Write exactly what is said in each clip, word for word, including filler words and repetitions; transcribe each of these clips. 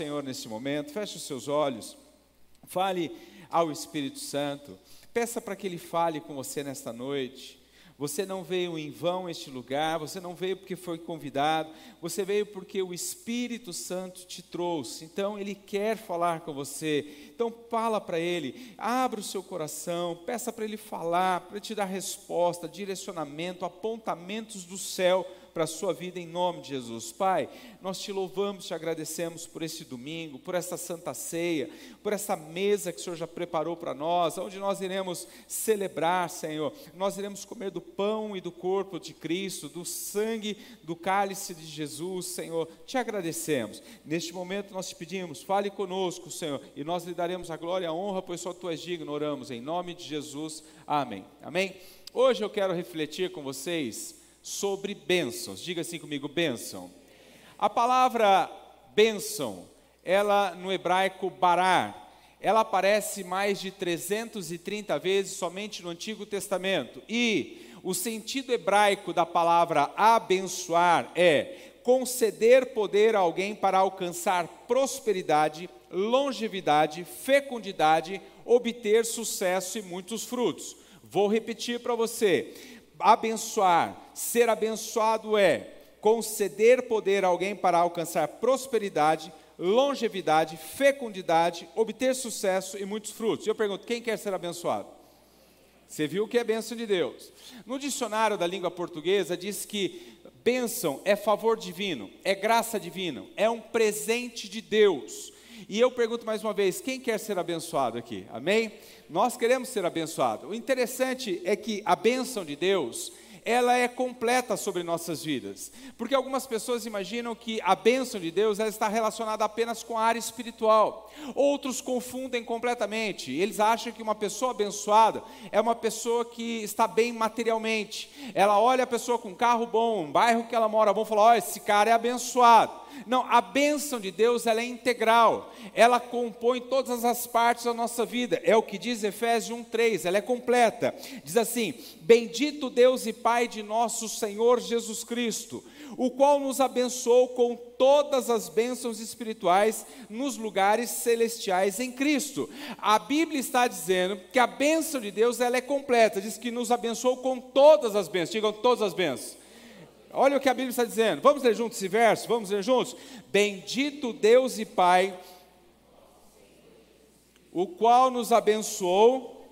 Senhor, nesse momento, feche os seus olhos, fale ao Espírito Santo, peça para que Ele fale com você nesta noite. Você não veio em vão a este lugar, você não veio porque foi convidado, você veio porque o Espírito Santo te trouxe. Então Ele quer falar com você, então fala para Ele, abra o seu coração, peça para Ele falar, para Ele te dar resposta, direcionamento, apontamentos do céu para a sua vida em nome de Jesus. Pai, nós te louvamos, te agradecemos por esse domingo, por essa santa ceia, por essa mesa que o Senhor já preparou para nós, onde nós iremos celebrar, Senhor, nós iremos comer do pão e do corpo de Cristo, do sangue, do cálice de Jesus, Senhor, te agradecemos. Neste momento nós te pedimos, fale conosco, Senhor, e nós lhe daremos a glória e a honra, pois só Tu és digno, oramos em nome de Jesus, amém. Amém? Hoje eu quero refletir com vocês sobre bênçãos. Diga assim comigo, bênção. A palavra bênção, ela no hebraico barar, ela aparece mais de trezentas e trinta vezes somente no Antigo Testamento. E o sentido hebraico da palavra abençoar é conceder poder a alguém para alcançar prosperidade, longevidade, fecundidade, obter sucesso e muitos frutos. Vou repetir para você. Abençoar, ser abençoado é conceder poder a alguém para alcançar prosperidade, longevidade, fecundidade, obter sucesso e muitos frutos. Eu pergunto, quem quer ser abençoado? Você viu que é bênção de Deus. No dicionário da língua portuguesa diz que bênção é favor divino, é graça divina, é um presente de Deus. E eu pergunto mais uma vez, quem quer ser abençoado aqui? Amém? Nós queremos ser abençoados. O interessante é que a bênção de Deus, ela é completa sobre nossas vidas. Porque algumas pessoas imaginam que a bênção de Deus, ela está relacionada apenas com a área espiritual. Outros confundem completamente. Eles acham que uma pessoa abençoada é uma pessoa que está bem materialmente. Ela olha a pessoa com um carro bom, um bairro que ela mora bom, e fala, olha, esse cara é abençoado. Não, a bênção de Deus, ela é integral, ela compõe todas as partes da nossa vida, é o que diz Efésios um, três, ela é completa, diz assim, bendito Deus e Pai de nosso Senhor Jesus Cristo, o qual nos abençoou com todas as bênçãos espirituais nos lugares celestiais em Cristo. A Bíblia está dizendo que a bênção de Deus, ela é completa, diz que nos abençoou com todas as bênçãos, digam todas as bênçãos. Olha o que a Bíblia está dizendo, vamos ler juntos esse verso, vamos ler juntos? Bendito Deus e Pai, o qual nos abençoou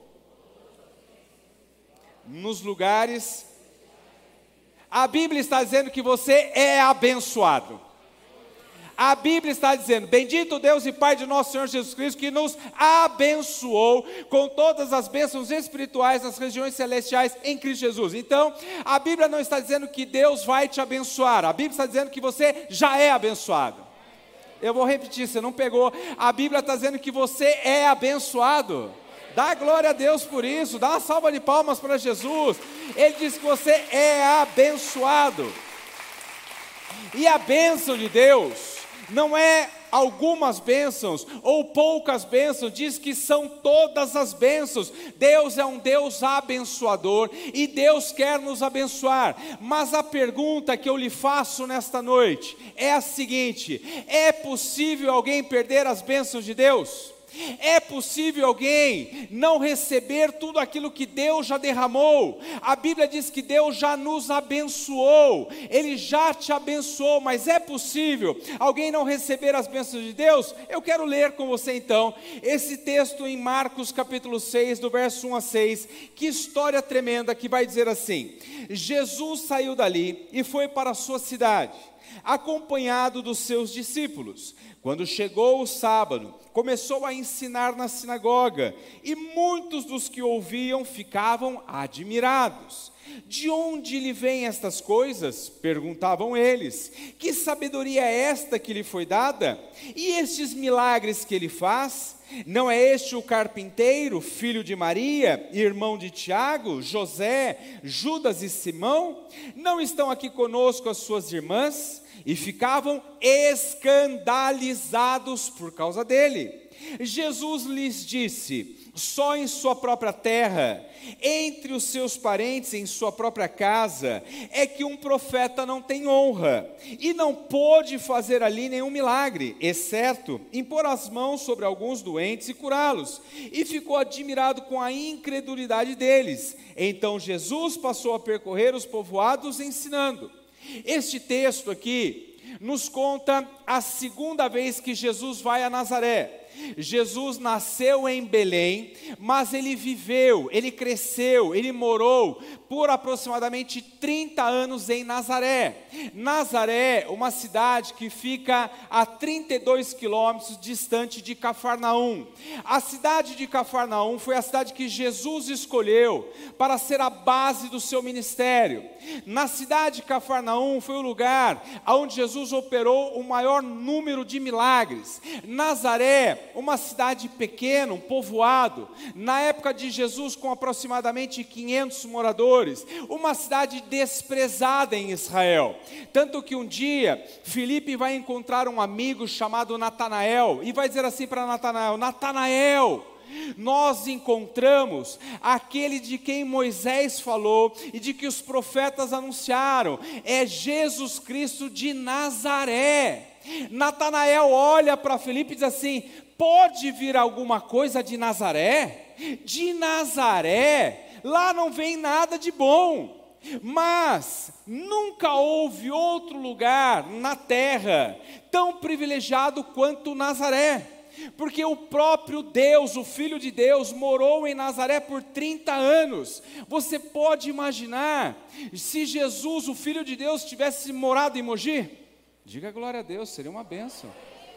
nos lugares. A Bíblia está dizendo que você é abençoado. A Bíblia está dizendo, bendito Deus e Pai de nosso Senhor Jesus Cristo, que nos abençoou com todas as bênçãos espirituais nas regiões celestiais em Cristo Jesus. Então, a Bíblia não está dizendo que Deus vai te abençoar, a Bíblia está dizendo que você já é abençoado. Eu vou repetir, você não pegou, a Bíblia está dizendo que você é abençoado. Dá glória a Deus por isso, dá uma salva de palmas para Jesus. Ele diz que você é abençoado. E a bênção de Deus não é algumas bênçãos ou poucas bênçãos, diz que são todas as bênçãos. Deus é um Deus abençoador e Deus quer nos abençoar. Mas a pergunta que eu lhe faço nesta noite é a seguinte: é possível alguém perder as bênçãos de Deus? É possível alguém não receber tudo aquilo que Deus já derramou? A Bíblia diz que Deus já nos abençoou, Ele já te abençoou, mas é possível alguém não receber as bênçãos de Deus? Eu quero ler com você então, esse texto em Marcos capítulo seis, do verso um a seis, que história tremenda, que vai dizer assim: Jesus saiu dali e foi para a sua cidade, acompanhado dos seus discípulos. Quando chegou o sábado, começou a ensinar na sinagoga, e muitos dos que ouviam ficavam admirados. De onde lhe vêm estas coisas? Perguntavam eles. Que sabedoria é esta que lhe foi dada? E estes milagres que ele faz? Não é este o carpinteiro, filho de Maria, irmão de Tiago, José, Judas e Simão? Não estão aqui conosco as suas irmãs? e ficavam escandalizados por causa dele. Jesus lhes disse: só em sua própria terra, entre os seus parentes, em sua própria casa, é que um profeta não tem honra, e não pôde fazer ali nenhum milagre, exceto impor as mãos sobre alguns doentes e curá-los, e ficou admirado com a incredulidade deles. Então Jesus passou a percorrer os povoados ensinando. Este texto aqui nos conta a segunda vez que Jesus vai a Nazaré. Jesus nasceu em Belém, mas ele viveu, ele cresceu, ele morou por aproximadamente trinta anos em Nazaré. Nazaré, uma cidade que fica a trinta e dois quilômetros distante de Cafarnaum. A cidade de Cafarnaum foi a cidade que Jesus escolheu para ser a base do seu ministério. Na cidade de Cafarnaum foi o lugar onde Jesus operou o maior número de milagres. Nazaré, uma cidade pequena, um povoado, na época de Jesus com aproximadamente quinhentos moradores, uma cidade desprezada em Israel, tanto que um dia, Filipe vai encontrar um amigo chamado Natanael, e vai dizer assim para Natanael: Natanael, nós encontramos aquele de quem Moisés falou e de que os profetas anunciaram, é Jesus Cristo de Nazaré. Natanael olha para Filipe e diz assim: pode vir alguma coisa de Nazaré? De Nazaré, lá não vem nada de bom. Mas nunca houve outro lugar na terra tão privilegiado quanto Nazaré, porque o próprio Deus, o Filho de Deus, morou em Nazaré por trinta anos. Você pode imaginar se Jesus, o Filho de Deus, tivesse morado em Mogi? Diga glória a Deus, seria uma bênção.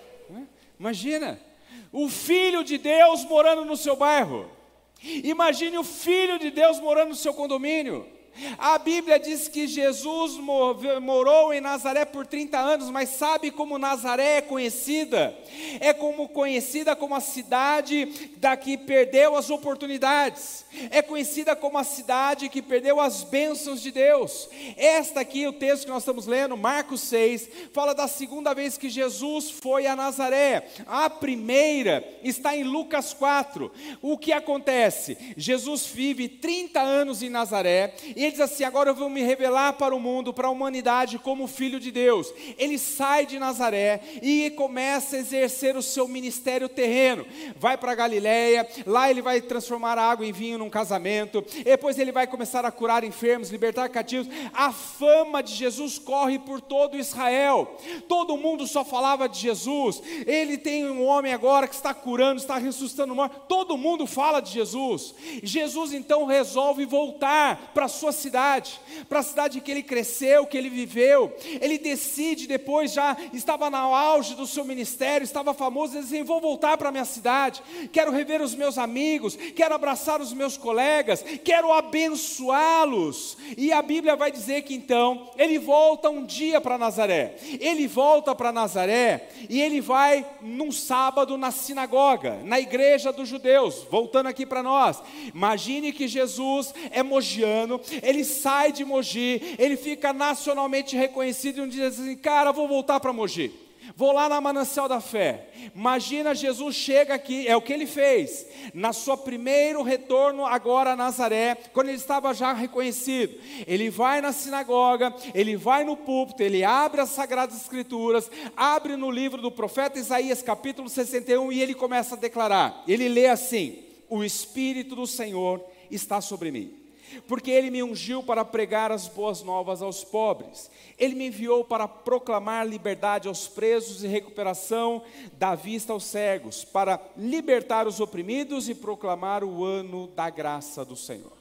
Imagina, o Filho de Deus morando no seu bairro. Imagine o Filho de Deus morando no seu condomínio. A Bíblia diz que Jesus morou em Nazaré por trinta anos, mas sabe como Nazaré é conhecida? É como conhecida como a cidade da que perdeu as oportunidades, é conhecida como a cidade que perdeu as bênçãos de Deus. Esta aqui, o texto que nós estamos lendo, Marcos seis, fala da segunda vez que Jesus foi a Nazaré. A primeira está em Lucas quatro. O que acontece? Jesus vive trinta anos em Nazaré, e ele diz assim: agora eu vou me revelar para o mundo, para a humanidade, como Filho de Deus. Ele sai de Nazaré e começa a exercer o seu ministério terreno. Vai para Galiléia, lá ele vai transformar a água em vinho num casamento, depois ele vai começar a curar enfermos, libertar cativos. A fama de Jesus corre por todo Israel, todo mundo só falava de Jesus. Ele tem um homem agora que está curando, está ressuscitando mortos, todo mundo fala de Jesus. Jesus então resolve voltar para a sua cidade, para a cidade que ele cresceu, que ele viveu. Ele decide, depois já estava no auge do seu ministério, estava famoso, ele diz assim: vou voltar para a minha cidade, quero rever os meus amigos, quero abraçar os meus colegas, quero abençoá-los. E a Bíblia vai dizer que então, ele volta um dia para Nazaré, ele volta para Nazaré, e ele vai num sábado na sinagoga, na igreja dos judeus. Voltando aqui para nós, imagine que Jesus é mogiano, ele sai de Mogi, ele fica nacionalmente reconhecido, e um dia diz assim: cara, vou voltar para Mogi, vou lá na Manancial da Fé. Imagina, Jesus chega aqui, é o que ele fez, na sua primeiro retorno agora a Nazaré, quando ele estava já reconhecido. Ele vai na sinagoga, ele vai no púlpito, ele abre as Sagradas Escrituras, abre no livro do profeta Isaías, capítulo sessenta e um, e ele começa a declarar, ele lê assim: o Espírito do Senhor está sobre mim, porque ele me ungiu para pregar as boas novas aos pobres, ele me enviou para proclamar liberdade aos presos e recuperação da vista aos cegos, para libertar os oprimidos e proclamar o ano da graça do Senhor.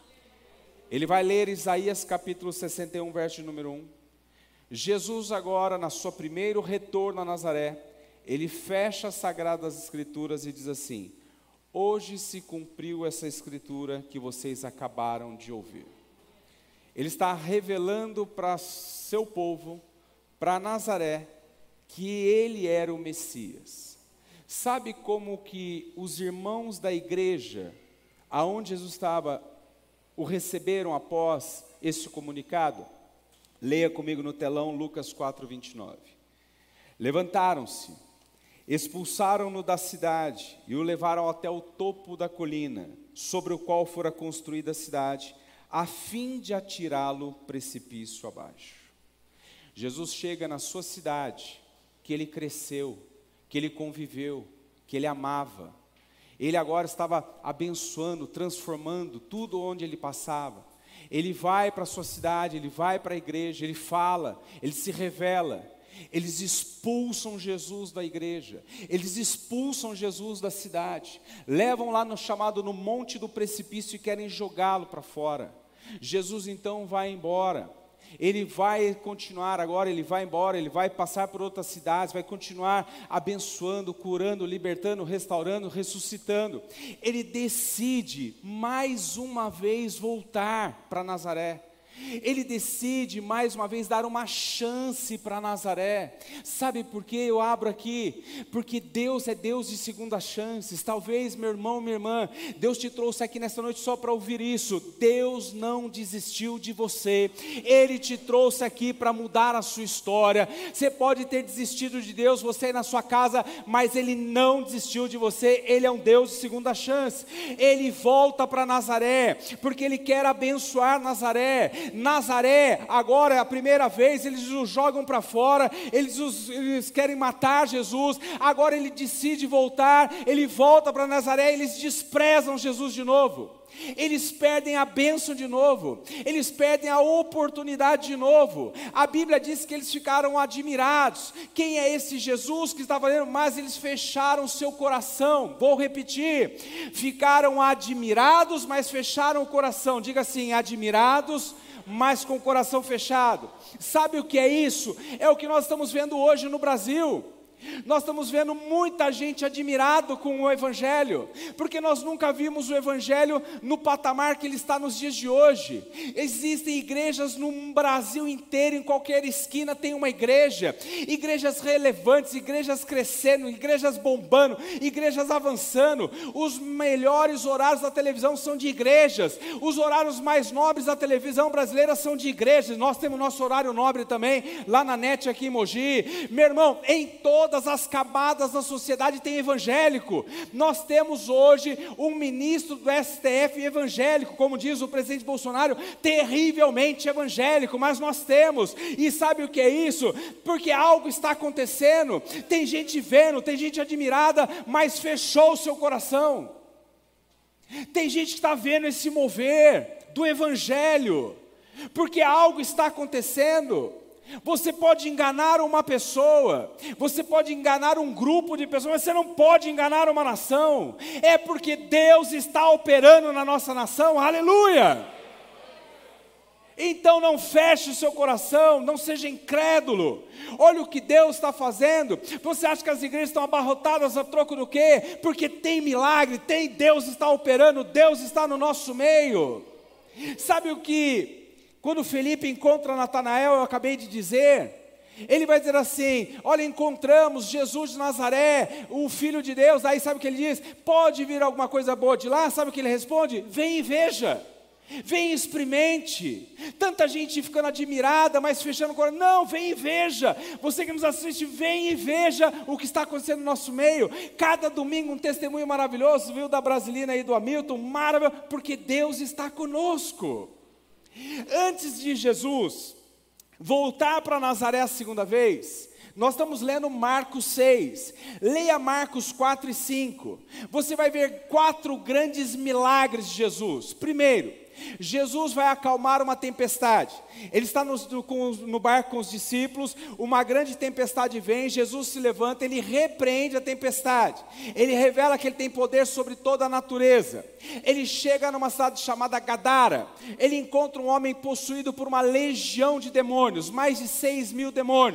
Ele vai ler Isaías capítulo sessenta e um, verso número um. Jesus agora, na sua primeiro retorno a Nazaré, ele fecha as Sagradas Escrituras e diz assim: hoje se cumpriu essa escritura que vocês acabaram de ouvir. Ele está revelando para seu povo, para Nazaré, que ele era o Messias. Sabe como que os irmãos da igreja, aonde Jesus estava, o receberam após esse comunicado? Leia comigo no telão Lucas quatro, vinte e nove. Levantaram-se, expulsaram-no da cidade e o levaram até o topo da colina, sobre o qual fora construída a cidade, a fim de atirá-lo precipício abaixo. Jesus chega na sua cidade, que ele cresceu, que ele conviveu, que ele amava. Ele agora estava abençoando, transformando tudo onde ele passava. Ele vai para a sua cidade, ele vai para a igreja, ele fala, ele se revela. Eles expulsam Jesus da igreja, eles expulsam Jesus da cidade, levam lá no chamado no monte do precipício e querem jogá-lo para fora. Jesus então vai embora. Ele vai continuar agora, ele vai embora, ele vai passar por outras cidades, vai continuar abençoando, curando, libertando, restaurando, ressuscitando. Ele decide mais uma vez voltar para Nazaré. Ele decide mais uma vez dar uma chance para Nazaré. Sabe por que eu abro aqui? Porque Deus é Deus de segunda chances. Talvez, meu irmão, minha irmã, Deus te trouxe aqui nesta noite só para ouvir isso. Deus não desistiu de você. Ele te trouxe aqui para mudar a sua história. Você pode ter desistido de Deus, você aí na sua casa, mas Ele não desistiu de você. Ele é um Deus de segunda chance. Ele volta para Nazaré, porque Ele quer abençoar Nazaré. Nazaré, agora é a primeira vez, eles o jogam para fora, eles, os, eles querem matar Jesus, agora ele decide voltar, ele volta para Nazaré, eles desprezam Jesus de novo, eles perdem a bênção de novo, eles perdem a oportunidade de novo. A Bíblia diz que eles ficaram admirados. Quem é esse Jesus que está fazendo? Mas eles fecharam seu coração. Vou repetir, ficaram admirados, mas fecharam o coração. Diga assim, admirados, mas com o coração fechado. Sabe o que é isso? É o que nós estamos vendo hoje no Brasil. Nós estamos vendo muita gente admirado com o Evangelho, porque nós nunca vimos o Evangelho no patamar que ele está nos dias de hoje. Existem igrejas no Brasil inteiro, em qualquer esquina tem uma igreja, igrejas relevantes, igrejas crescendo, igrejas bombando, igrejas avançando. Os melhores horários da televisão são de igrejas, os horários mais nobres da televisão brasileira são de igrejas. Nós temos nosso horário nobre também, lá na net aqui em Mogi. Meu irmão, em todo Todas as camadas da sociedade tem evangélico. Nós temos hoje um ministro do S T F evangélico, como diz o presidente Bolsonaro, terrivelmente evangélico, mas nós temos. E sabe o que é isso? Porque algo está acontecendo, tem gente vendo, tem gente admirada, mas fechou o seu coração. Tem gente que está vendo esse mover do evangelho, porque algo está acontecendo. Você pode enganar uma pessoa, você pode enganar um grupo de pessoas, mas você não pode enganar uma nação. É porque Deus está operando na nossa nação, aleluia! Então não feche o seu coração, não seja incrédulo. Olha o que Deus está fazendo. Você acha que as igrejas estão abarrotadas a troco do quê? Porque tem milagre, tem Deus está operando, Deus está no nosso meio. Sabe o que... Quando Felipe encontra Natanael, eu acabei de dizer, ele vai dizer assim, olha, encontramos Jesus de Nazaré, o Filho de Deus. Aí sabe o que ele diz? Pode vir alguma coisa boa de lá? Sabe o que ele responde? Vem e veja, vem e experimente. Tanta gente ficando admirada, mas fechando o coração. Não, vem e veja. Você que nos assiste, vem e veja o que está acontecendo no nosso meio. Cada domingo um testemunho maravilhoso, viu, da Brasilina e do Hamilton, maravilhoso, porque Deus está conosco. Antes de Jesus voltar para Nazaré a segunda vez, nós estamos lendo Marcos seis, leia Marcos quatro e cinco, você vai ver quatro grandes milagres de Jesus. Primeiro, Jesus vai acalmar uma tempestade. Ele está no, no, no barco com os discípulos, uma grande tempestade vem, Jesus se levanta, ele repreende a tempestade, ele revela que ele tem poder sobre toda a natureza. Ele chega numa cidade chamada Gadara, ele encontra um homem possuído por uma legião de demônios, mais de seis mil demônios.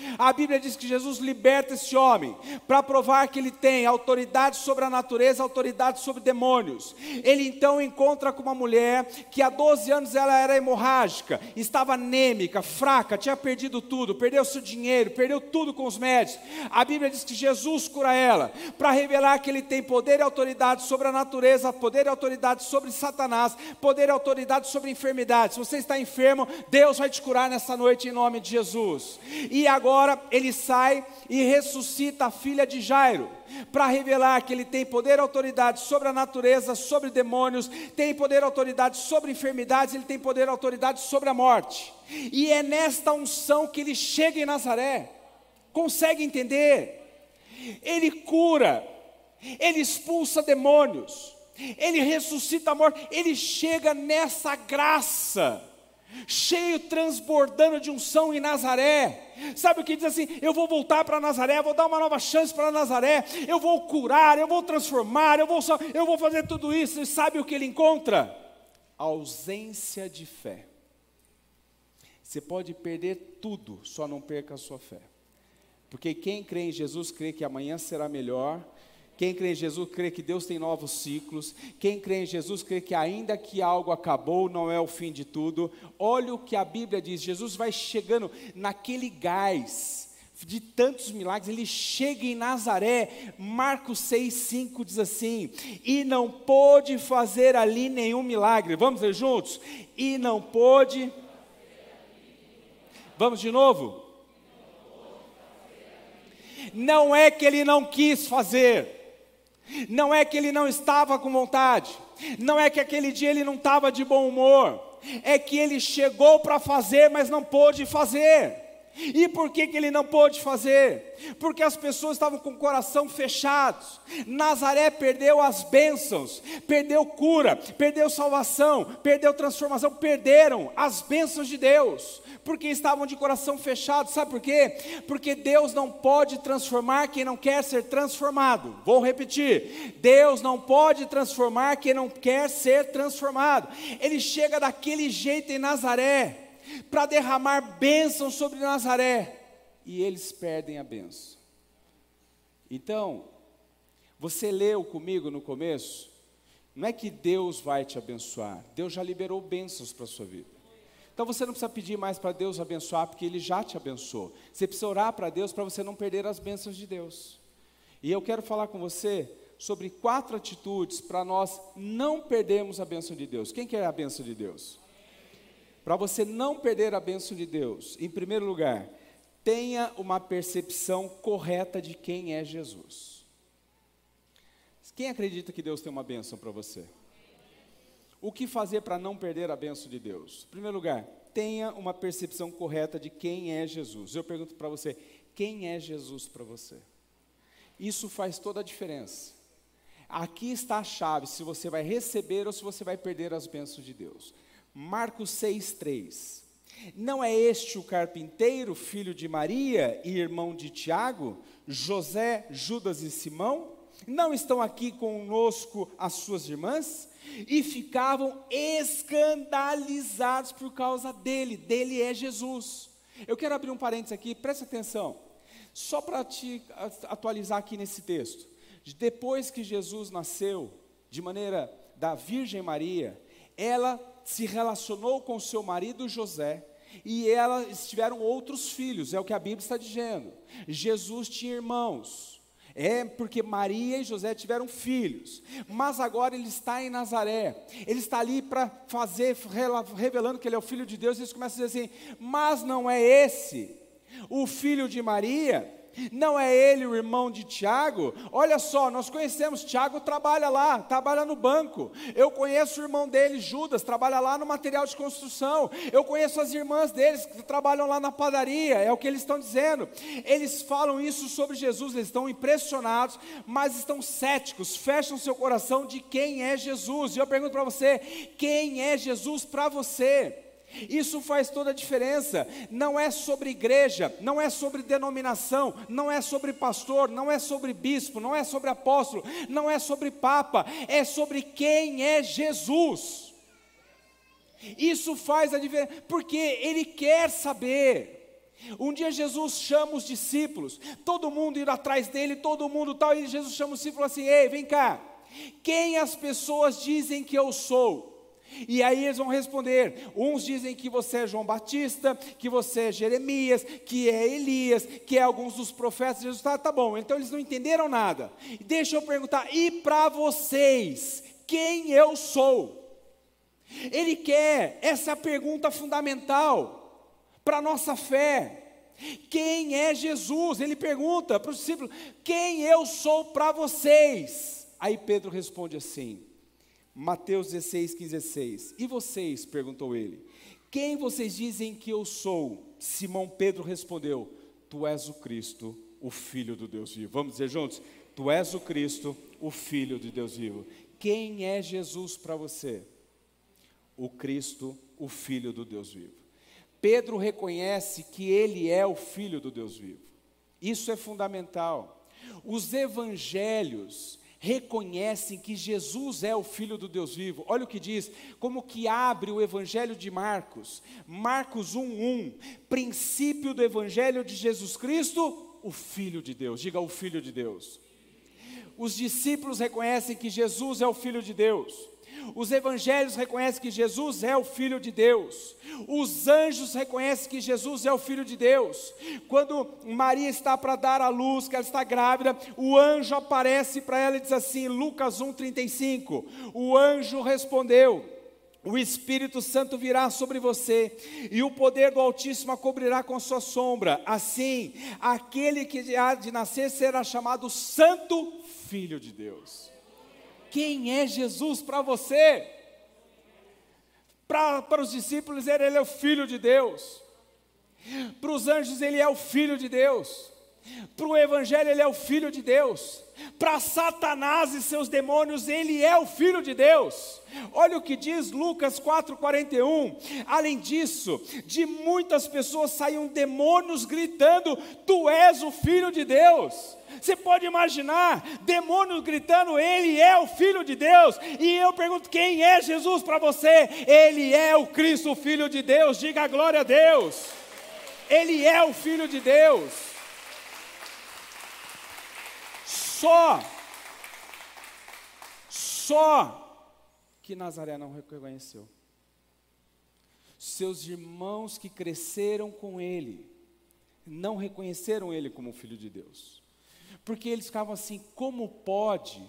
A Bíblia diz que Jesus liberta esse homem, para provar que ele tem autoridade sobre a natureza, autoridade sobre demônios. Ele então encontra com uma mulher, que há doze anos ela era hemorrágica, estava anêmica, fraca, tinha perdido tudo, perdeu seu dinheiro, perdeu tudo com os médicos. A Bíblia diz que Jesus cura ela, para revelar que ele tem poder e autoridade sobre a natureza, poder e autoridade sobre Satanás, poder e autoridade sobre enfermidades. Se você está enfermo, Deus vai te curar nessa noite em nome de Jesus. E agora ele sai e ressuscita a filha de Jairo, para revelar que ele tem poder e autoridade sobre a natureza, sobre demônios, tem poder e autoridade sobre enfermidades, ele tem poder e autoridade sobre a morte. E é nesta unção que ele chega em Nazaré. Consegue entender? Ele cura, ele expulsa demônios, ele ressuscita a morte, ele chega nessa graça, cheio, transbordando de unção em Nazaré. Sabe o que diz assim? Eu vou voltar para Nazaré, vou dar uma nova chance para Nazaré, eu vou curar, eu vou transformar, eu vou, eu vou fazer tudo isso. E sabe o que ele encontra? Ausência de fé. Você pode perder tudo, só não perca a sua fé. Porque quem crê em Jesus, crê que amanhã será melhor. Quem crê em Jesus, crê que Deus tem novos ciclos. Quem crê em Jesus, crê que ainda que algo acabou, não é o fim de tudo. Olha o que a Bíblia diz, Jesus vai chegando naquele gás de tantos milagres, ele chega em Nazaré. Marcos seis, cinco diz assim: e não pôde fazer ali nenhum milagre. Vamos ler juntos? E não pôde. Vamos de novo? Não é que ele não quis fazer, não é que ele não estava com vontade, não é que aquele dia ele não estava de bom humor, é que ele chegou para fazer, mas não pôde fazer. E por que que ele não pôde fazer? Porque as pessoas estavam com o coração fechado. Nazaré perdeu as bênçãos, perdeu cura, perdeu salvação, perdeu transformação, perderam as bênçãos de Deus, porque estavam de coração fechado. Sabe por quê? Porque Deus não pode transformar quem não quer ser transformado. Vou repetir, Deus não pode transformar quem não quer ser transformado. Ele chega daquele jeito em Nazaré, para derramar bênção sobre Nazaré, e eles perdem a bênção. Então, você leu comigo no começo, não é que Deus vai te abençoar, Deus já liberou bênçãos para a sua vida. Então você não precisa pedir mais para Deus abençoar, porque Ele já te abençoou. Você precisa orar para Deus para você não perder as bênçãos de Deus. E eu quero falar com você sobre quatro atitudes para nós não perdermos a bênção de Deus. Quem quer a bênção de Deus? Para você não perder a bênção de Deus, em primeiro lugar, tenha uma percepção correta de quem é Jesus. Quem acredita que Deus tem uma bênção para você? O que fazer para não perder a bênção de Deus? Em primeiro lugar, tenha uma percepção correta de quem é Jesus. Eu pergunto para você, quem é Jesus para você? Isso faz toda a diferença. Aqui está a chave, se você vai receber ou se você vai perder as bênçãos de Deus. Marcos seis, três. Não é este o carpinteiro, filho de Maria e irmão de Tiago, José, Judas e Simão? Não estão aqui conosco as suas irmãs? E ficavam escandalizados por causa dele. Dele é Jesus. Eu quero abrir um parênteses aqui, presta atenção. Só para te atualizar aqui nesse texto. Depois que Jesus nasceu, de maneira da Virgem Maria, ela se relacionou com seu marido José, e elas tiveram outros filhos, é o que a Bíblia está dizendo. Jesus tinha irmãos, é porque Maria e José tiveram filhos, mas agora ele está em Nazaré, ele está ali para fazer, revelando que ele é o Filho de Deus, e eles começam a dizer assim, mas não é esse o filho de Maria? Não é ele o irmão de Tiago? Olha só, nós conhecemos, Tiago trabalha lá, trabalha no banco. Eu conheço o irmão dele, Judas, trabalha lá no material de construção. Eu conheço as irmãs deles, que trabalham lá na padaria, é o que eles estão dizendo. Eles falam isso sobre Jesus, eles estão impressionados, mas estão céticos, fecham seu coração de quem é Jesus. E eu pergunto para você, quem é Jesus para você? Isso faz toda a diferença. Não é sobre igreja, não é sobre denominação, não é sobre pastor, não é sobre bispo, não é sobre apóstolo, não é sobre papa, é sobre quem é Jesus. Isso faz a diferença, porque Ele quer saber, Um dia Jesus chama os discípulos, todo mundo indo atrás dele, todo mundo tal, e Jesus chama os discípulos assim: ei, vem cá, quem as pessoas dizem que eu sou? E aí eles vão responder, uns dizem que você é João Batista, que você é Jeremias, que é Elias, que é alguns dos profetas. Jesus está, tá bom, então eles não entenderam nada. Deixa eu perguntar, e para vocês, quem eu sou? Ele quer essa pergunta fundamental para a nossa fé. Quem é Jesus? Ele pergunta para os discípulos, quem eu sou para vocês? Aí Pedro responde assim, Mateus dezesseis, quinze, dezesseis. E vocês? Perguntou ele. Quem vocês dizem que eu sou? Simão Pedro respondeu, tu és o Cristo, o Filho do Deus vivo. Vamos dizer juntos? Tu és o Cristo, o Filho de Deus vivo. Quem é Jesus para você? O Cristo, o Filho do Deus vivo. Pedro reconhece que ele é o Filho do Deus vivo. Isso é fundamental. Os evangelhos reconhecem que Jesus é o Filho do Deus vivo. Olha o que diz, como que abre o Evangelho de Marcos, Marcos um, um, princípio do Evangelho de Jesus Cristo, o Filho de Deus, diga o Filho de Deus. Os discípulos reconhecem que Jesus é o Filho de Deus. Os evangelhos reconhecem que Jesus é o Filho de Deus. Os anjos reconhecem que Jesus é o Filho de Deus. Quando Maria está para dar à luz, que ela está grávida, o anjo aparece para ela e diz assim, Lucas um, trinta e cinco, o anjo respondeu, o Espírito Santo virá sobre você, e o poder do Altíssimo a cobrirá com sua sombra. Assim, aquele que há de nascer será chamado Santo Filho de Deus. Quem é Jesus para você? Pra, para os discípulos, ele, ele é o Filho de Deus. Para os anjos, ele é o Filho de Deus. Para o Evangelho, ele é o Filho de Deus. Para Satanás e seus demônios, ele é o Filho de Deus. Olha o que diz Lucas quatro, quarenta e um. Além disso, de muitas pessoas saíam demônios gritando, tu és o Filho de Deus. Você pode imaginar, demônios gritando, ele é o Filho de Deus. E eu pergunto, quem é Jesus para você? Ele é o Cristo, o Filho de Deus. Diga a glória a Deus. Ele é o Filho de Deus. Só, só que Nazaré não reconheceu. Seus irmãos que cresceram com ele, não reconheceram ele como Filho de Deus. Porque eles ficavam assim, como pode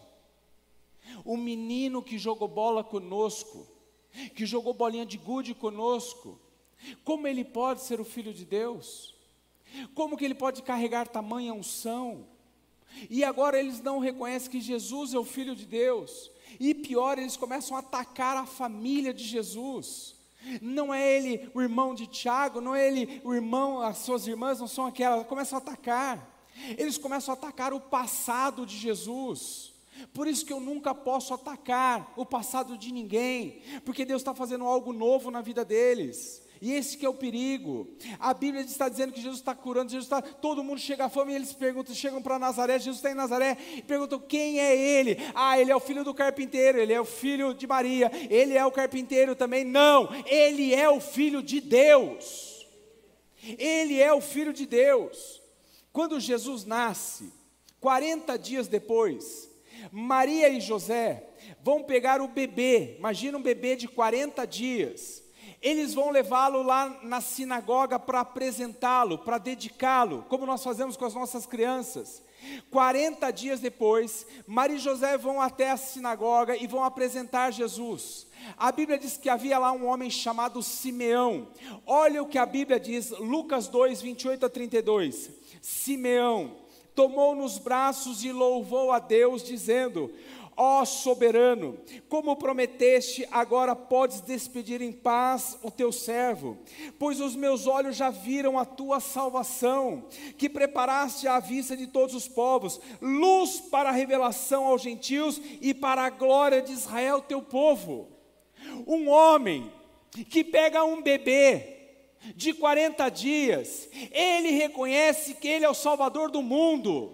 o menino que jogou bola conosco, que jogou bolinha de gude conosco, como ele pode ser o Filho de Deus? Como que ele pode carregar tamanha unção? E agora eles não reconhecem que Jesus é o Filho de Deus. E pior, eles começam a atacar a família de Jesus. Não é ele o irmão de Tiago, não é ele o irmão, as suas irmãs não são aquelas. Começam a atacar. Eles começam a atacar o passado de Jesus. Por isso que eu nunca posso atacar o passado de ninguém, porque Deus está fazendo algo novo na vida deles. E esse que é o perigo. A Bíblia está dizendo que Jesus está curando, Jesus está, todo mundo chega à fome e eles perguntam, chegam para Nazaré, Jesus está em Nazaré, e perguntam quem é ele? Ah, ele é o filho do carpinteiro, ele é o filho de Maria, ele é o carpinteiro também. Não, ele é o Filho de Deus. Ele é o Filho de Deus. Quando Jesus nasce, quarenta dias depois, Maria e José vão pegar o bebê, imagina um bebê de quarenta dias, eles vão levá-lo lá na sinagoga para apresentá-lo, para dedicá-lo, como nós fazemos com as nossas crianças. quarenta dias depois, Maria e José vão até a sinagoga e vão apresentar Jesus. A Bíblia diz que havia lá um homem chamado Simeão. Olha o que a Bíblia diz, Lucas dois, vinte e oito a trinta e dois. Simeão tomou nos braços e louvou a Deus, dizendo, ó soberano, como prometeste, agora podes despedir em paz o teu servo, pois os meus olhos já viram a tua salvação, que preparaste à vista de todos os povos, luz para a revelação aos gentios e para a glória de Israel teu povo. Um homem que pega um bebê de quarenta dias, ele reconhece que ele é o Salvador do mundo.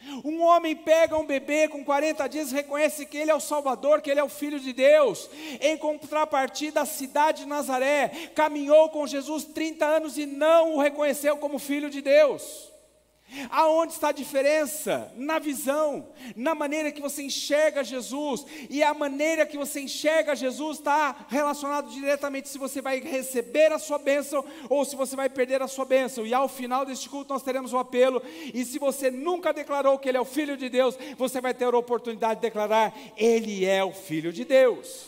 Um homem pega um bebê com quarenta dias e reconhece que ele é o Salvador, que ele é o Filho de Deus. Em contrapartida, a cidade de Nazaré caminhou com Jesus trinta anos e não o reconheceu como Filho de Deus. Aonde está a diferença? Na visão, na maneira que você enxerga Jesus. E a maneira que você enxerga Jesus está relacionado diretamente se você vai receber a sua bênção ou se você vai perder a sua bênção. E ao final deste culto nós teremos o apelo, e se você nunca declarou que Ele é o Filho de Deus, você vai ter a oportunidade de declarar: Ele é o Filho de Deus.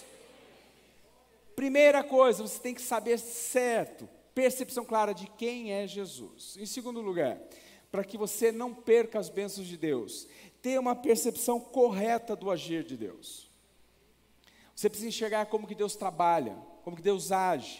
Primeira coisa, você tem que saber certo, percepção clara de quem é Jesus. Em segundo lugar, para que você não perca as bênçãos de Deus, tenha uma percepção correta do agir de Deus. Você precisa enxergar como que Deus trabalha, como que Deus age.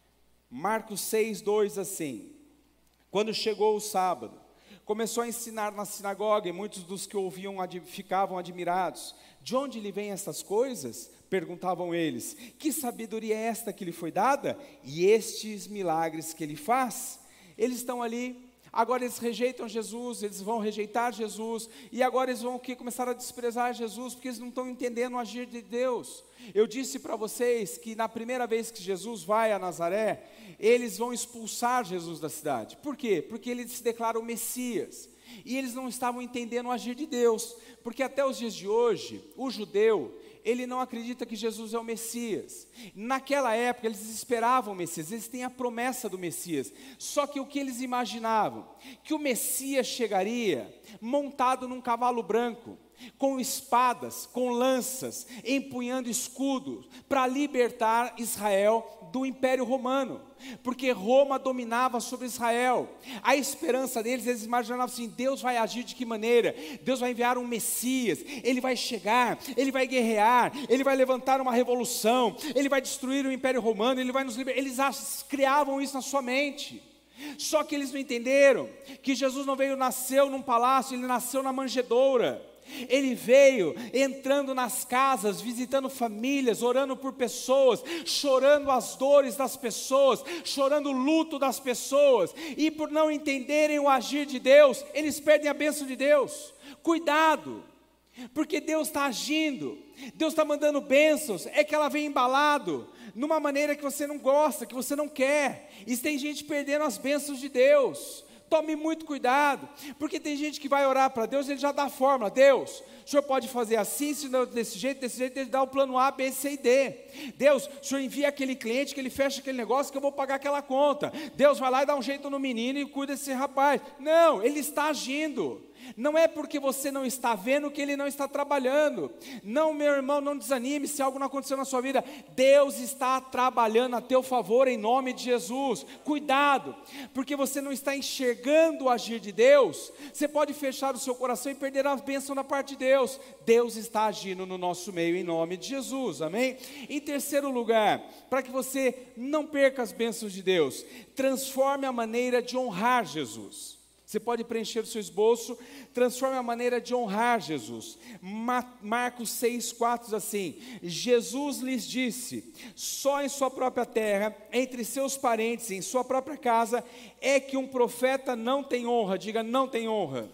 Marcos seis, dois, assim: quando chegou o sábado, começou a ensinar na sinagoga, e muitos dos que ouviam ficavam admirados. De onde lhe vêm estas coisas? Perguntavam eles. Que sabedoria é esta que lhe foi dada? E estes milagres que ele faz? Eles estão ali. Agora eles rejeitam Jesus, eles vão rejeitar Jesus, e agora eles vão que, começar a desprezar Jesus, porque eles não estão entendendo o agir de Deus. Eu disse para vocês que na primeira vez que Jesus vai a Nazaré, eles vão expulsar Jesus da cidade. Por quê? Porque ele se declara o Messias, e eles não estavam entendendo o agir de Deus, porque até os dias de hoje, o judeu, ele não acredita que Jesus é o Messias. Naquela época eles esperavam o Messias, eles têm a promessa do Messias, só que o que eles imaginavam? Que o Messias chegaria montado num cavalo branco, com espadas, com lanças, empunhando escudos, para libertar Israel do Império Romano, porque Roma dominava sobre Israel. A esperança deles, eles imaginavam assim: Deus vai agir de que maneira? Deus vai enviar um Messias, Ele vai chegar, Ele vai guerrear, Ele vai levantar uma revolução, Ele vai destruir o Império Romano, Ele vai nos libertar. Eles criavam isso na sua mente. Só que eles não entenderam que Jesus não veio, nasceu num palácio, Ele nasceu na manjedoura. Ele veio entrando nas casas, visitando famílias, orando por pessoas, chorando as dores das pessoas, chorando o luto das pessoas, e por não entenderem o agir de Deus, eles perdem a bênção de Deus. Cuidado, porque Deus está agindo, Deus está mandando bênçãos, é que ela vem embalado, numa maneira que você não gosta, que você não quer, e tem gente perdendo as bênçãos de Deus. Tome muito cuidado, porque tem gente que vai orar para Deus, ele já dá a fórmula: Deus, o Senhor pode fazer assim, se não, desse jeito, desse jeito, ele dá o plano A, B, C e D. Deus, o Senhor envia aquele cliente, que ele fecha aquele negócio, que eu vou pagar aquela conta. Deus vai lá e dá um jeito no menino e cuida desse rapaz. Não, Ele está agindo. Não é porque você não está vendo que Ele não está trabalhando. Não, meu irmão, não desanime se algo não aconteceu na sua vida. Deus está trabalhando a teu favor em nome de Jesus. Cuidado, porque você não está enxergando o agir de Deus. Você pode fechar o seu coração e perder a bênção da parte de Deus. Deus está agindo no nosso meio em nome de Jesus, amém? Em terceiro lugar, para que você não perca as bênçãos de Deus, transforme a maneira de honrar Jesus. Você pode preencher o seu esboço, transforme a maneira de honrar Jesus. Ma- Marcos seis, quatro diz assim: Jesus lhes disse, só em sua própria terra, entre seus parentes, em sua própria casa, é que um profeta não tem honra. Diga, não tem honra.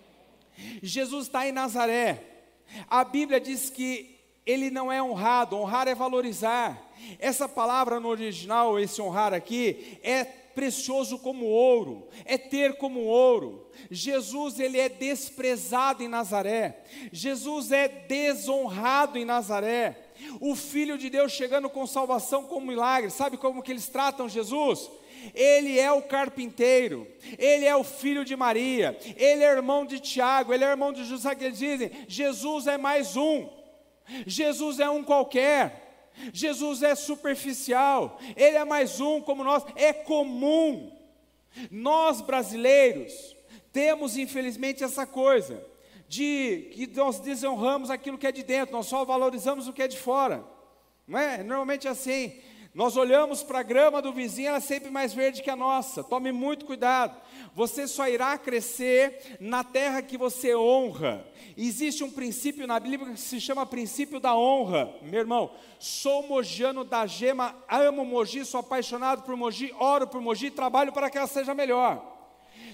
Jesus está em Nazaré. A Bíblia diz que ele não é honrado, honrar é valorizar. Essa palavra no original, esse honrar aqui, é precioso como ouro, é ter como ouro. Jesus, ele é desprezado em Nazaré, Jesus é desonrado em Nazaré. O Filho de Deus chegando com salvação como milagre. Sabe como que eles tratam Jesus? Ele é o carpinteiro, ele é o filho de Maria, ele é irmão de Tiago, ele é irmão de José, que eles dizem, Jesus é mais um, Jesus é um qualquer, Jesus é superficial, Ele é mais um como nós, é comum. Nós brasileiros temos infelizmente essa coisa, de que nós desonramos aquilo que é de dentro, nós só valorizamos o que é de fora, não é? Normalmente é assim, nós olhamos para a grama do vizinho, ela é sempre mais verde que a nossa. Tome muito cuidado, você só irá crescer na terra que você honra. Existe um princípio na Bíblia que se chama princípio da honra. Meu irmão, sou mogiano da gema, amo Mogi, sou apaixonado por Mogi, oro por Mogi, trabalho para que ela seja melhor.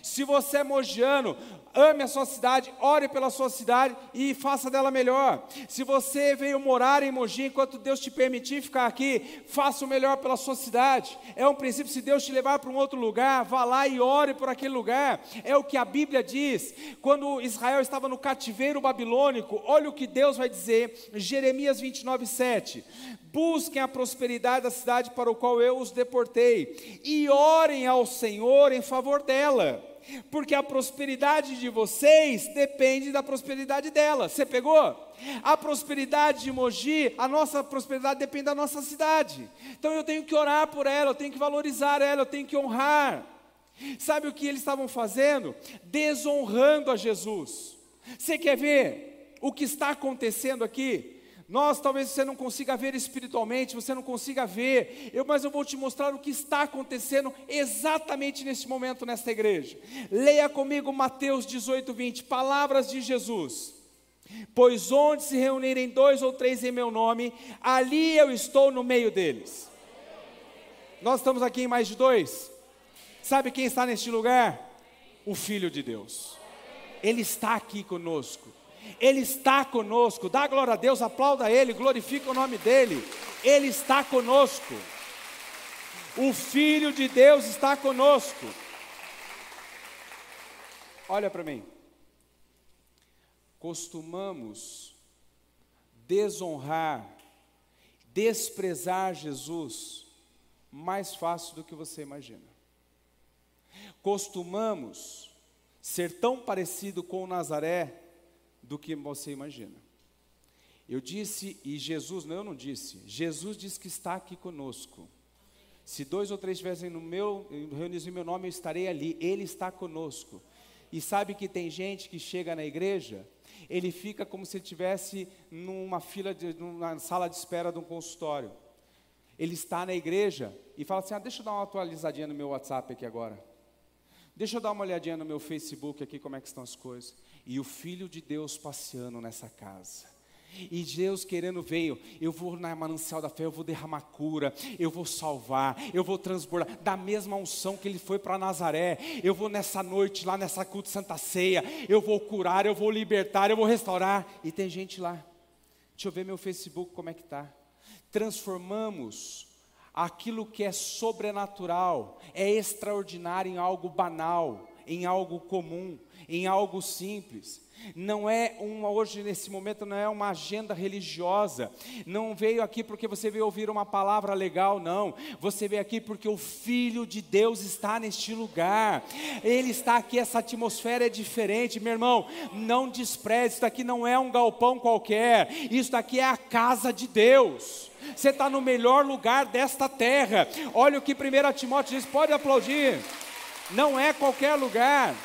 Se você é mogiano, ame a sua cidade, ore pela sua cidade e faça dela melhor. Se você veio morar em Mogi, enquanto Deus te permitir ficar aqui, faça o melhor pela sua cidade. É um princípio, se Deus te levar para um outro lugar, vá lá e ore por aquele lugar. É o que a Bíblia diz. Quando Israel estava no cativeiro babilônico, olha o que Deus vai dizer, Jeremias vinte e nove, sete. Busquem a prosperidade da cidade para o qual eu os deportei, e orem ao Senhor em favor dela, porque a prosperidade de vocês depende da prosperidade dela. Você pegou? A prosperidade de Mogi, a nossa prosperidade depende da nossa cidade. Então eu tenho que orar por ela, eu tenho que valorizar ela, eu tenho que honrar. Sabe o que eles estavam fazendo? Desonrando a Jesus. Você quer ver o que está acontecendo aqui? Nós, talvez você não consiga ver espiritualmente, você não consiga ver, eu, mas eu vou te mostrar o que está acontecendo exatamente nesse momento nesta igreja. Leia comigo Mateus dezoito, vinte, palavras de Jesus. Pois onde se reunirem dois ou três em meu nome, ali eu estou no meio deles. Nós estamos aqui em mais de dois. Sabe quem está neste lugar? O Filho de Deus. Ele está aqui conosco. Ele está conosco, dá glória a Deus, aplauda Ele, glorifica o nome dEle. Ele está conosco. O Filho de Deus está conosco. Olha para mim. Costumamos desonrar, desprezar Jesus mais fácil do que você imagina. Costumamos ser tão parecido com o Nazaré do que você imagina. Eu disse, e Jesus, não, eu não disse, Jesus disse que está aqui conosco. Se dois ou três estivessem no meu, reunidos em meu nome, eu estarei ali. Ele está conosco. E sabe que tem gente que chega na igreja, ele fica como se estivesse numa fila, de, numa sala de espera de um consultório. Ele está na igreja e fala assim, ah, deixa eu dar uma atualizadinha no meu WhatsApp aqui agora. Deixa eu dar uma olhadinha no meu Facebook aqui, como é que estão as coisas. E o Filho de Deus passeando nessa casa. E Deus querendo veio, eu vou na manancial da fé, eu vou derramar cura, eu vou salvar, eu vou transbordar, da mesma unção que Ele foi para Nazaré. Eu vou nessa noite, lá nessa culto Santa Ceia, eu vou curar, eu vou libertar, eu vou restaurar. E tem gente lá, deixa eu ver meu Facebook como é que está. Transformamos aquilo que é sobrenatural, é extraordinário em algo banal, em algo comum, em algo simples. Não é uma, hoje nesse momento não é uma agenda religiosa, não veio aqui porque você veio ouvir uma palavra legal, não, você veio aqui porque o Filho de Deus está neste lugar, Ele está aqui, essa atmosfera é diferente, meu irmão, não despreze, isso daqui não é um galpão qualquer, isso daqui é a casa de Deus, você está no melhor lugar desta terra. Olha o que primeiro Timóteo diz, pode aplaudir, não é qualquer lugar,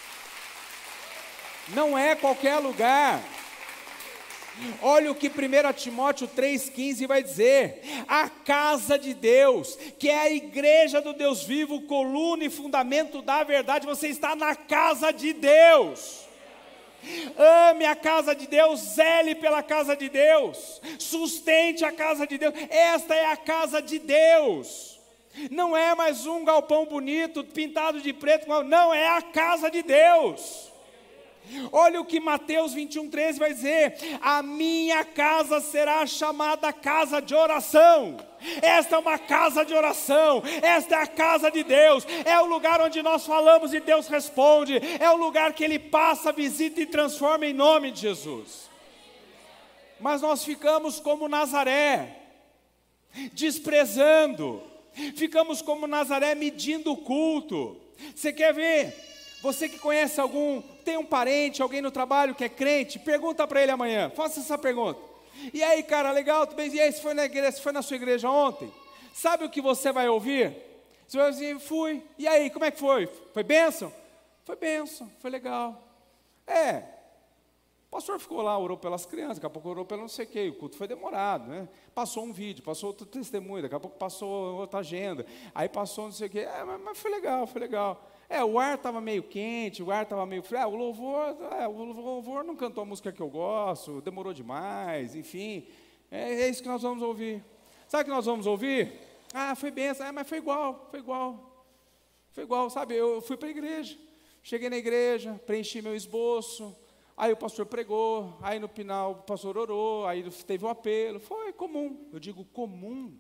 não é qualquer lugar. Olha o que primeiro Timóteo três, quinze vai dizer, a casa de Deus, que é a igreja do Deus vivo, coluna e fundamento da verdade, você está na casa de Deus. Ame a casa de Deus, zele pela casa de Deus, sustente a casa de Deus, esta é a casa de Deus. Não é mais um galpão bonito, pintado de preto, não, é a casa de Deus. Olha o que Mateus vinte e um, treze vai dizer, a minha casa será chamada casa de oração. Esta é uma casa de oração, esta é a casa de Deus, é o lugar onde nós falamos e Deus responde, é o lugar que Ele passa, visita e transforma em nome de Jesus. Mas nós ficamos como Nazaré, desprezando, ficamos como Nazaré medindo o culto. Você quer ver? Você que conhece algum, tem um parente, alguém no trabalho que é crente, pergunta para ele amanhã, faça essa pergunta. E aí, cara, legal, tudo bem? E aí, você foi na igreja, você foi na sua igreja ontem? Sabe o que você vai ouvir? Você vai dizer, fui. E aí, como é que foi? Foi bênção? Foi bênção, foi legal. É, o pastor ficou lá, orou pelas crianças, daqui a pouco orou pelo não sei o quê, o culto foi demorado, né? Passou um vídeo, passou outro testemunho, daqui a pouco passou outra agenda, aí passou não sei o quê, é, mas, mas foi legal, foi legal. É, o ar estava meio quente, o ar estava meio frio, é, o louvor, é, o louvor não cantou a música que eu gosto, demorou demais, enfim, é, é isso que nós vamos ouvir. Sabe o que nós vamos ouvir? Ah, foi benção, é, mas foi igual, foi igual, foi igual, sabe, eu fui para a igreja, Cheguei na igreja, preenchi meu esboço, aí o pastor pregou, aí no final o pastor orou, aí teve o apelo, foi comum. Eu digo comum,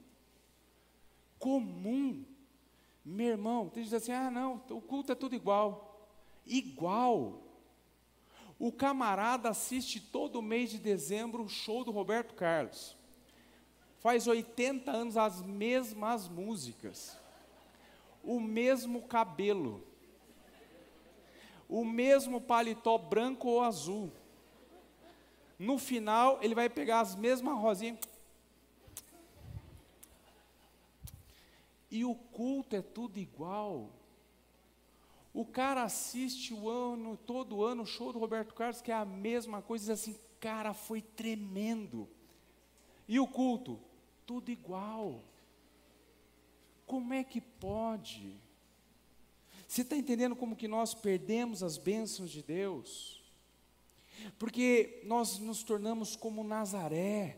comum. Meu irmão, tem gente que diz assim, ah não, o culto é tudo igual. Igual. O camarada assiste todo mês de dezembro o show do Roberto Carlos. Faz oitenta anos as mesmas músicas. O mesmo cabelo. O mesmo paletó branco ou azul. No final, ele vai pegar as mesmas rosinhas. E o culto é tudo igual. O cara assiste o ano, todo ano, o show do Roberto Carlos, que é a mesma coisa, diz assim, cara, foi tremendo. E o culto? Tudo igual. Como é que pode? Você está entendendo como que nós perdemos as bênçãos de Deus? Porque nós nos tornamos como Nazaré,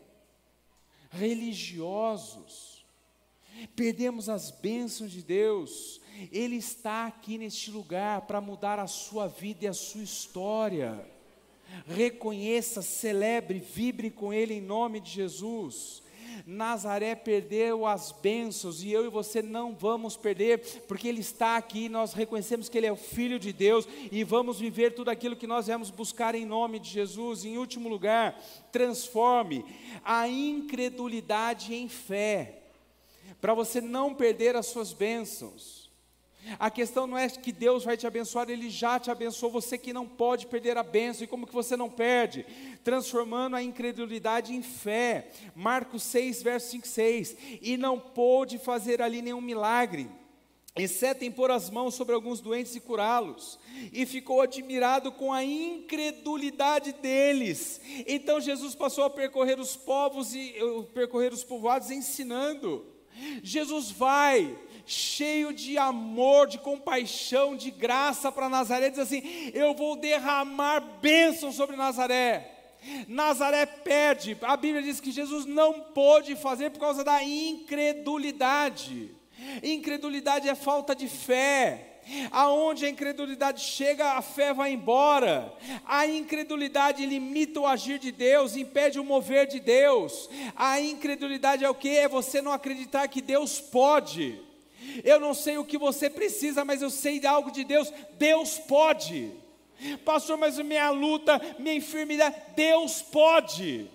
religiosos. Perdemos as bênçãos de Deus. Ele está aqui neste lugar para mudar a sua vida e a sua história. Reconheça, celebre, vibre com Ele em nome de Jesus. Nazaré perdeu as bênçãos e eu e você não vamos perder, porque Ele está aqui, nós reconhecemos que Ele é o Filho de Deus e vamos viver tudo aquilo que nós viemos buscar em nome de Jesus. Em último lugar, transforme a incredulidade em fé, para você não perder as suas bênçãos. A questão não é que Deus vai te abençoar, Ele já te abençoou, você que não pode perder a bênção. E como que você não perde? Transformando a incredulidade em fé. Marcos seis, verso cinco e seis. E não pôde fazer ali nenhum milagre, exceto em pôr as mãos sobre alguns doentes e curá-los. E ficou admirado com a incredulidade deles. Então Jesus passou a percorrer os povos e uh, percorrer os povoados ensinando. Jesus vai cheio de amor, de compaixão, de graça para Nazaré, diz assim, eu vou derramar bênção sobre Nazaré. Nazaré perde, a Bíblia diz que Jesus não pôde fazer por causa da incredulidade. Incredulidade é falta de fé. Aonde a incredulidade chega, a fé vai embora. A incredulidade limita o agir de Deus, impede o mover de Deus. A incredulidade é o que? É você não acreditar que Deus pode. Eu não sei o que você precisa, mas eu sei de algo de Deus. Deus pode. Pastor, mas minha luta, minha enfermidade, Deus pode.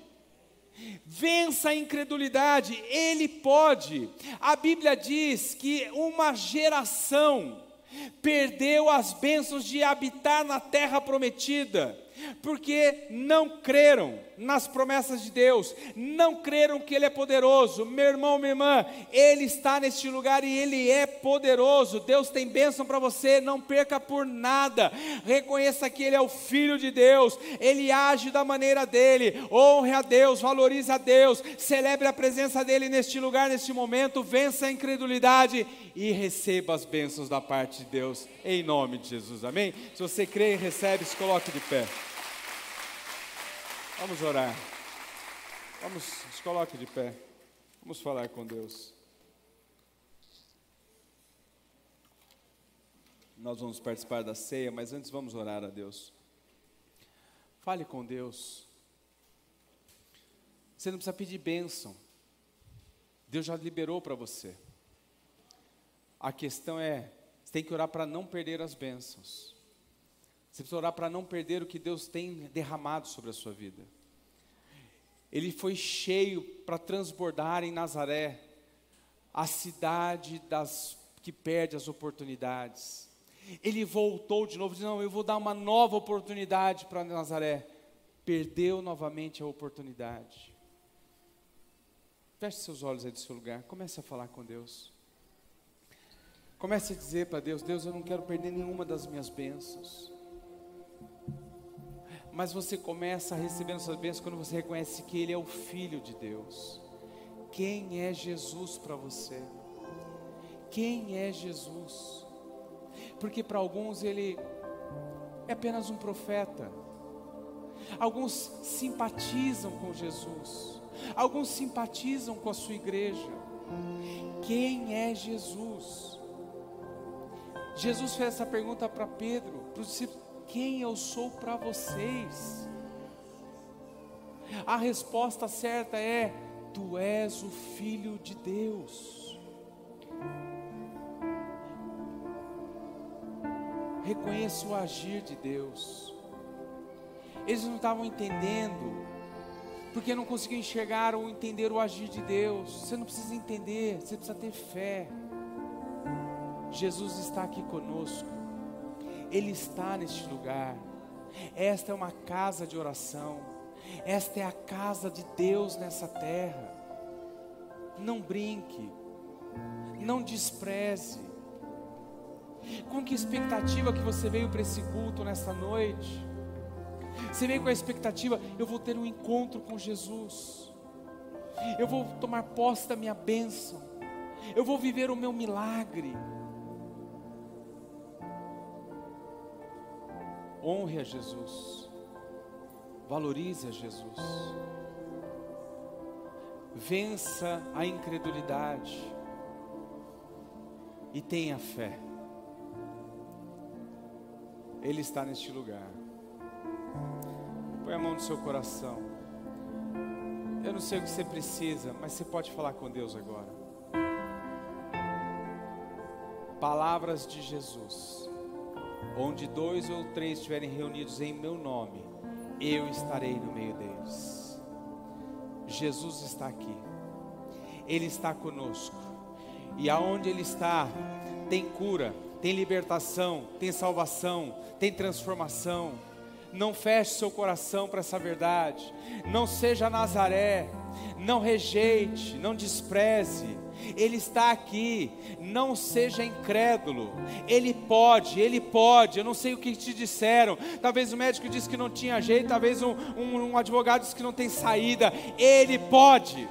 Vença a incredulidade, Ele pode. A Bíblia diz que uma geração perdeu as bênçãos de habitar na terra prometida, porque não creram nas promessas de Deus, não creram que Ele é poderoso. Meu irmão, minha irmã, Ele está neste lugar e Ele é poderoso. Deus tem bênção para você, não perca por nada. Reconheça que Ele é o Filho de Deus, Ele age da maneira dEle. Honre a Deus, valorize a Deus, celebre a presença dEle neste lugar, neste momento. Vença a incredulidade e receba as bênçãos da parte de Deus, em nome de Jesus, amém? Se você crê e recebe, se coloque de pé. Vamos orar, vamos, se coloque de pé, vamos falar com Deus. Nós vamos participar da ceia, mas antes vamos orar a Deus. Fale com Deus. Você não precisa pedir bênção, Deus já liberou para você. A questão é, você tem que orar para não perder as bênçãos. Você precisa orar para não perder o que Deus tem derramado sobre a sua vida. Ele foi cheio para transbordar em Nazaré, a cidade das, que perde as oportunidades. Ele voltou de novo, disse, não, eu vou dar uma nova oportunidade para Nazaré. Perdeu novamente a oportunidade. Feche seus olhos aí do seu lugar, comece a falar com Deus. Comece a dizer para Deus, Deus, eu não quero perder nenhuma das minhas bênçãos. Mas você começa a receber essas bênçãos quando você reconhece que Ele é o Filho de Deus. Quem é Jesus para você? Quem é Jesus? Porque para alguns Ele é apenas um profeta. Alguns simpatizam com Jesus. Alguns simpatizam com a sua igreja. Quem é Jesus? Jesus fez essa pergunta para Pedro, para os discípulos: quem eu sou para vocês? A resposta certa é: tu és o Filho de Deus. Reconheça o agir de Deus. Eles não estavam entendendo, porque não conseguiam enxergar ou entender o agir de Deus. Você não precisa entender, você precisa ter fé. Jesus está aqui conosco, Ele está neste lugar. Esta é uma casa de oração, esta é a casa de Deus nessa terra. Não brinque, não despreze. Com que expectativa que você veio para esse culto nesta noite? Você veio com a expectativa: eu vou ter um encontro com Jesus, eu vou tomar posse da minha bênção, eu vou viver o meu milagre. Honre a Jesus, valorize a Jesus, vença a incredulidade e tenha fé. Ele está neste lugar. Põe a mão no seu coração. Eu não sei o que você precisa, mas você pode falar com Deus agora. Palavras de Jesus: onde dois ou três estiverem reunidos em meu nome, eu estarei no meio deles. Jesus está aqui, Ele está conosco, e aonde Ele está, tem cura, tem libertação, tem salvação, tem transformação. Não feche seu coração para essa verdade. Não seja Nazaré, não rejeite, não despreze. Ele está aqui, não seja incrédulo. Ele pode, Ele pode. Eu não sei o que te disseram. Talvez o médico disse que não tinha jeito, talvez um, um, um advogado disse que não tem saída. Ele pode.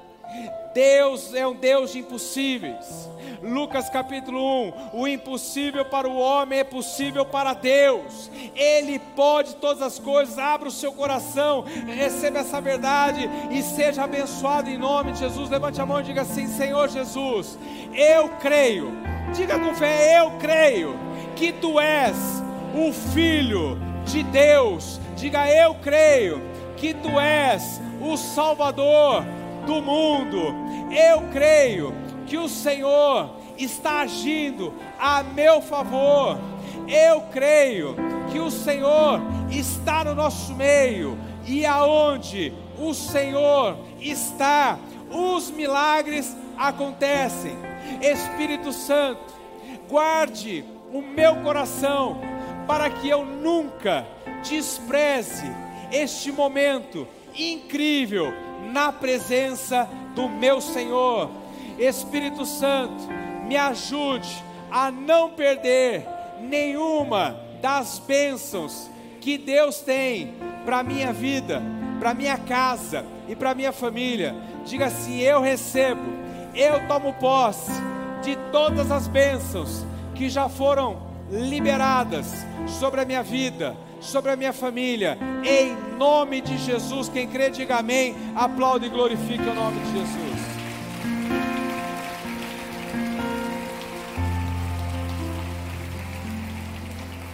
Deus é um Deus de impossíveis. Lucas capítulo um: o impossível para o homem é possível para Deus. Ele pode todas as coisas. Abra o seu coração, receba essa verdade e seja abençoado em nome de Jesus. Levante a mão e diga assim: Senhor Jesus, eu creio, diga com fé, eu creio que Tu és o Filho de Deus. Diga: eu creio que Tu és o Salvador do mundo. Eu creio que o Senhor está agindo a meu favor. Eu creio que o Senhor está no nosso meio, e aonde o Senhor está, os milagres acontecem. Espírito Santo, guarde o meu coração, para que eu nunca despreze este momento incrível na presença do meu Senhor. Espírito Santo, me ajude a não perder nenhuma das bênçãos que Deus tem para a minha vida, para a minha casa e para a minha família. Diga assim: eu recebo, eu tomo posse de todas as bênçãos que já foram liberadas sobre a minha vida, sobre a minha família, em nome de Jesus. Quem crê, diga amém. Aplaude e glorifique o nome de Jesus.